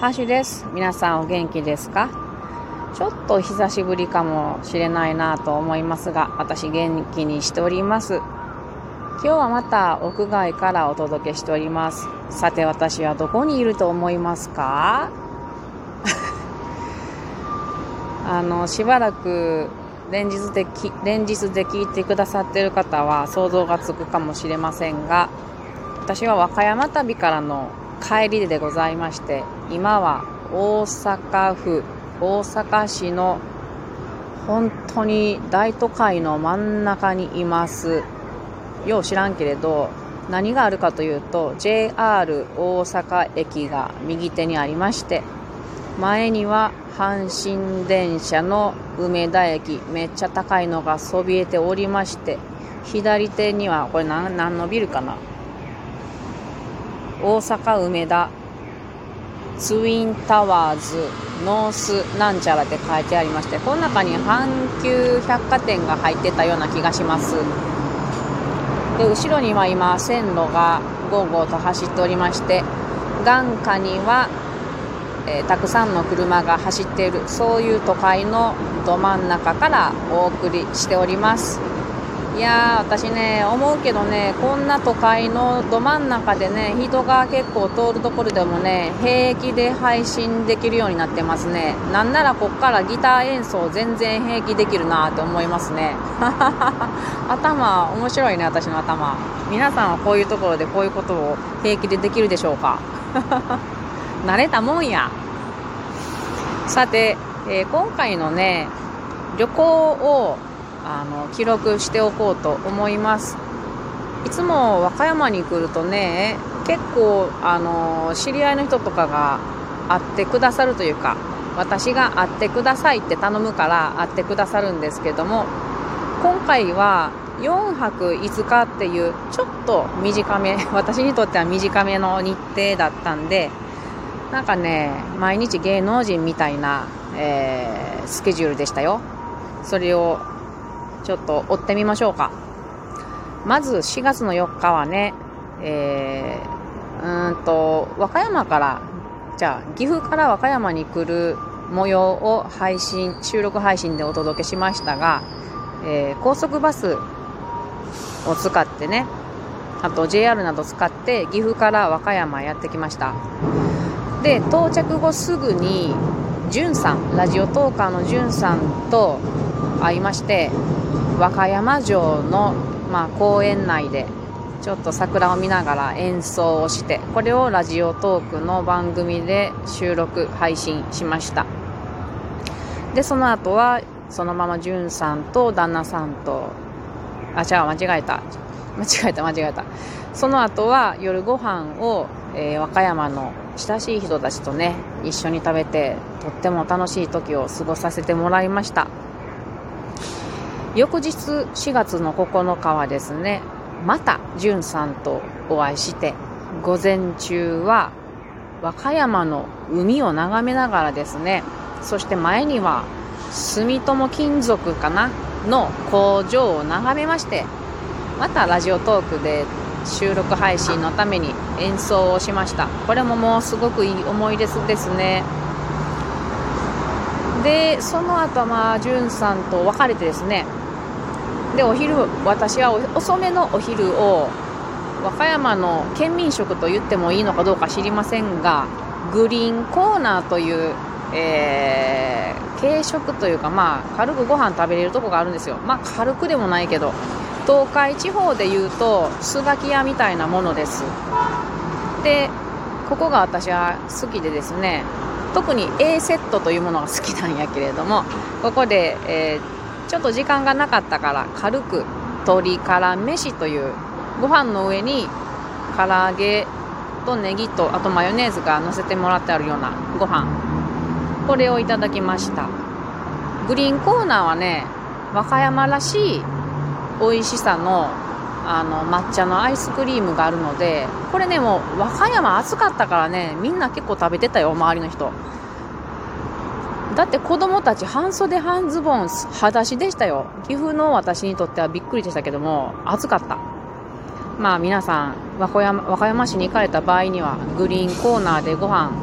ハッシュです。皆さんお元気ですか？ちょっと久しぶりかもしれないなと思いますが、私元気にしております。今日はまた屋外からお届けしております。さて私はどこにいると思いますか？しばらく連日で聞いてくださっている方は想像がつくかもしれませんが、私は和歌山旅からの帰りでございまして、今は大阪市の本当に大都会の真ん中にいます。よう知らんけれど、何があるかというと JR 大阪駅が右手にありまして、前には阪神電車の梅田駅、めっちゃ高いのがそびえておりまして、左手にはこれ何のビルかな、大阪梅田ツインタワーズノースなんちゃらって書いてありまして、この中に阪急百貨店が入ってたような気がします。で、後ろには今線路がゴーゴーと走っておりまして、眼下には、たくさんの車が走っている、そういう都会のど真ん中からお送りしております。いやー、私ね思うけどね、こんな都会のど真ん中でね、人が結構通るところでもね、平気で配信できるようになってますね。なんならこっからギター演奏全然平気できるなって思いますね。頭面白いね、私の頭。皆さんはこういうところでこういうことを平気でできるでしょうか？慣れたもんや。さて、今回のね旅行を記録しておこうと思います。いつも和歌山に来るとね、結構知り合いの人とかが会ってくださるというか、私が会ってくださいって頼むから会ってくださるんですけども、今回は4泊5日っていうちょっと短め、私にとっては短めの日程だったんで、なんかね毎日芸能人みたいな、スケジュールでしたよ。それをちょっと追ってみましょうか。まず4月の4日はね、和歌山から岐阜から和歌山に来る模様を収録配信でお届けしましたが、高速バスを使ってね、あと JR など使って岐阜から和歌山やってきました。で、到着後すぐにラジオトーカーのじゅんさんと会いまして、和歌山城の、公園内でちょっと桜を見ながら演奏をして、これをラジオトークの番組で収録配信しました。で、その後はそのままじゅんさんと旦那さんと間違えた。その後は夜ご飯を、和歌山の親しい人たちとね一緒に食べて、とっても楽しい時を過ごさせてもらいました。翌日4月の9日はですね、またじゅんさんとお会いして、午前中は和歌山の海を眺めながらですね、そして前には住友金属の工場を眺めまして、またラジオトークで収録配信のために演奏をしました。これももうすごくいい思い出ですね。で、その後じゅんさんと別れてですね、で私は遅めのお昼を和歌山の県民食と言ってもいいのかどうか知りませんが、グリーンコーナーという、軽食というか、軽くご飯食べれるとこがあるんですよ。軽くでもないけど、東海地方でいうとスガキ屋みたいなものです。で、ここが私は好きでですね、特に A セットというものが好きなんやけれども、ここで、ちょっと時間がなかったから軽く鶏から飯というご飯の上に唐揚げとネギとあとマヨネーズが乗せてもらってあるようなご飯、これをいただきました。グリーンコーナーはね、和歌山らしい美味しさの抹茶のアイスクリームがあるので、これね、もう和歌山暑かったからね、みんな結構食べてたよ、周りの人。だって子供たち半袖半ズボン裸足でしたよ。岐阜の私にとってはびっくりでしたけども、暑かった。皆さん和歌山市に行かれた場合にはグリーンコーナーでご飯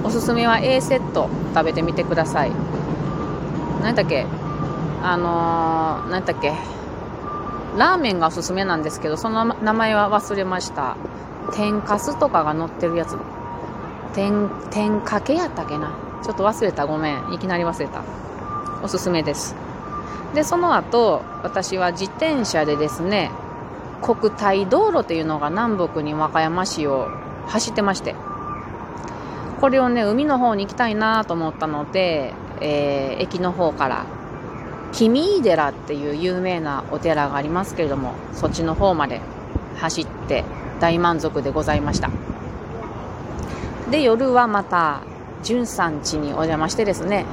おすすめは A セット食べてみてください。何だっけ何だっけラーメンがおすすめなんですけど、その名前は忘れました。天かすとかが乗ってるやつ、天かけやったっけな、ちょっと忘れた、ごめん、いきなり忘れた。おすすめです。でその後、私は自転車でですね、国体道路というのが南北に和歌山市を走ってまして、これをね、海の方に行きたいなと思ったので、駅の方から君井寺っていう有名なお寺がありますけれども、そっちの方まで走って大満足でございました。で夜はまたじゅんさん家にお邪魔してですね、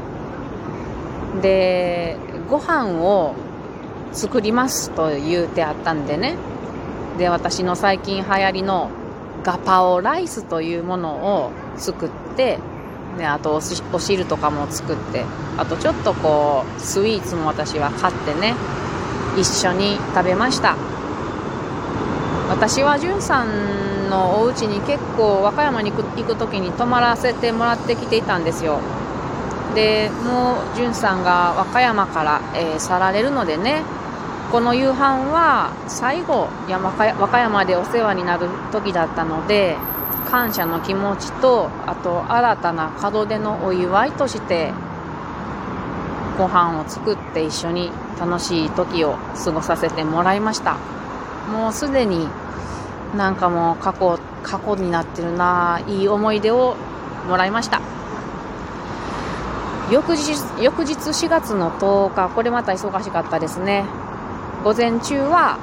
でご飯を作りますと言うてあったんでね、で私の最近流行りのガパオライスというものを作って、ね、あとお汁とかも作って、あとちょっとこうスイーツも私は買ってね、一緒に食べました。私はじゅんさんのお家に結構和歌山に行く時に泊まらせてもらってきていたんですよ。でもうじゅんさんが和歌山から、去られるのでね、この夕飯は最後和歌山でお世話になる時だったので、感謝の気持ちと、あと新たな門出のお祝いとしてご飯を作って一緒に楽しい時を過ごさせてもらいました。もうすでになんかもう過去になってるな、いい思い出をもらいました。翌日4月の10日、これまた忙しかったですね。午前中は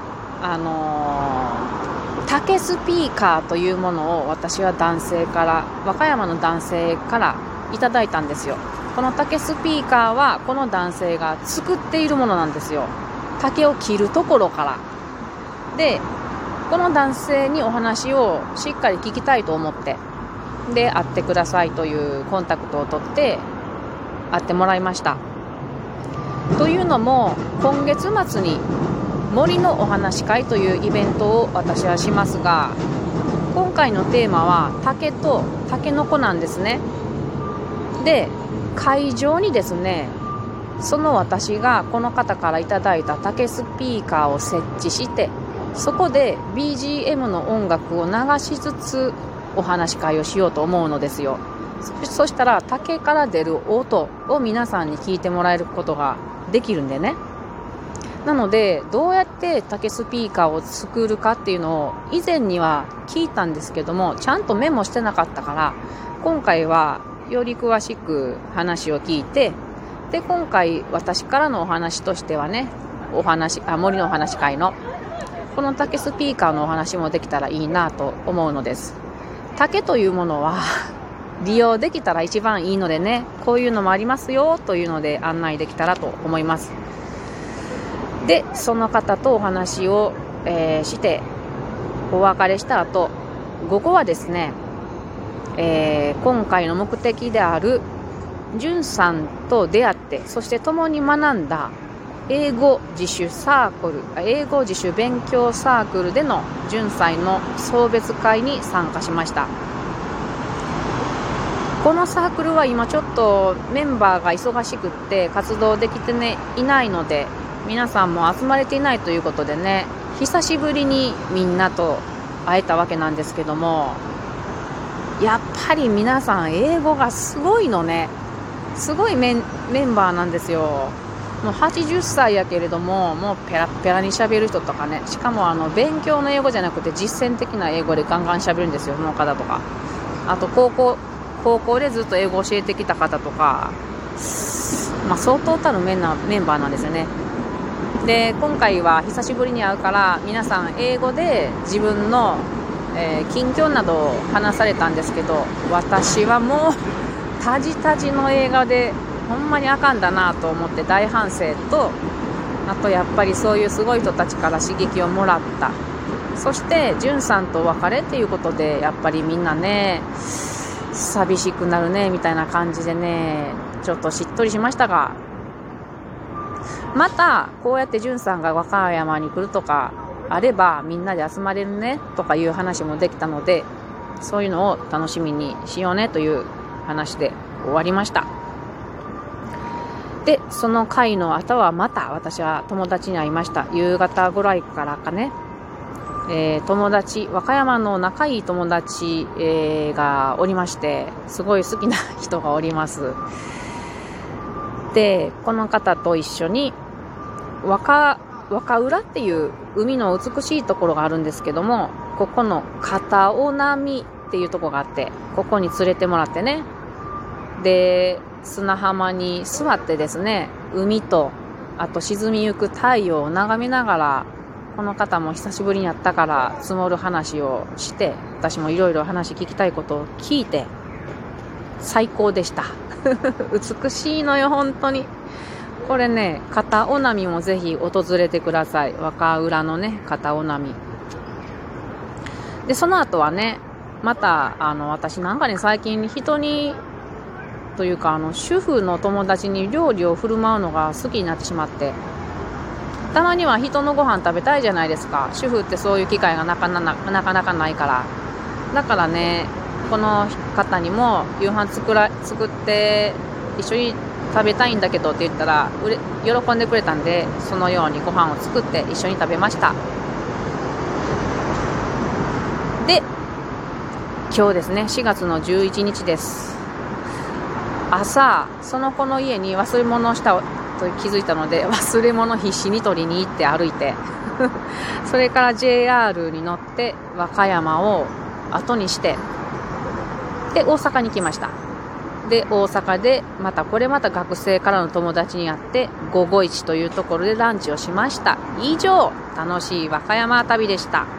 竹スピーカーというものを私は和歌山の男性からいただいたんですよ。この竹スピーカーはこの男性が作っているものなんですよ。竹を切るところから。でこの男性にお話をしっかり聞きたいと思って、で会ってくださいというコンタクトを取って会ってもらいました。というのも、今月末に森のお話会というイベントを私はしますが、今回のテーマは竹とタケノコなんですね。で会場にですね、その私がこの方からいただいた竹スピーカーを設置して、そこで BGM の音楽を流しつつお話し会をしようと思うのですよ。そしたら竹から出る音を皆さんに聞いてもらえることができるんでね。なのでどうやって竹スピーカーを作るかっていうのを以前には聞いたんですけども、ちゃんとメモしてなかったから、今回はより詳しく話を聞いて、で今回私からのお話としてはね、森のお話会のこの竹スピーカーのお話もできたらいいなと思うのです。竹というものは利用できたら一番いいのでね、こういうのもありますよというので案内できたらと思います。でその方とお話を、してお別れした後、午後はですね、今回の目的であるじゅんさんと出会って、そして共に学んだ英語自主勉強サークルでのじゅんさんの送別会に参加しました。このサークルは今ちょっとメンバーが忙しくって活動できて、いないので、皆さんも集まれていないということでね、久しぶりにみんなと会えたわけなんですけども、やっぱり皆さん英語がすごいのね。すごいメンバーなんですよ。もう80歳やけれども、もうペラペラに喋る人とかね、しかも勉強の英語じゃなくて実践的な英語でガンガン喋るんですよ、この方とか。あと高校でずっと英語を教えてきた方とか、相当たるメンバーなんですよね。で今回は久しぶりに会うから皆さん英語で自分の、近況などを話されたんですけど、私はもうタジタジの映画でほんまにあかんだなと思って大反省と、あとやっぱりそういうすごい人たちから刺激をもらった。そしてじゅんさんとお別れっていうことで、やっぱりみんなね寂しくなるねみたいな感じでね、ちょっとしっとりしましたが、またこうやってじゅんさんが和歌山に来るとかあればみんなで集まれるねとかいう話もできたので、そういうのを楽しみにしようねという話で終わりました。で、その回の後はまた私は友達に会いました。夕方ぐらいからかね。友達、和歌山の仲いい友達、がおりまして、すごい好きな人がおります。で、この方と一緒に和歌浦っていう海の美しいところがあるんですけども、ここの片尾波っていうところがあって、ここに連れてもらってね、で、砂浜に座ってですね、海とあと沈みゆく太陽を眺めながら、この方も久しぶりに会ったから積もる話をして、私もいろいろ話聞きたいことを聞いて、最高でした美しいのよ本当に。これね、片尾波もぜひ訪れてください。和歌浦のね、片尾波で、その後はね、また私なんかね、最近人にというか主婦の友達に料理を振る舞うのが好きになってしまって、たまには人のご飯食べたいじゃないですか。主婦ってそういう機会がなかなかないから。だからね、この方にも夕飯作って一緒に食べたいんだけどって言ったら喜んでくれたんで、そのようにご飯を作って一緒に食べました。で、今日ですね、4月の11日です。朝、その子の家に忘れ物をしたと気づいたので、忘れ物必死に取りに行って歩いてそれから JR に乗って和歌山を後にして、で大阪に来ました。で大阪でまた学生からの友達に会って午後一というところでランチをしました。以上、楽しい和歌山旅でした。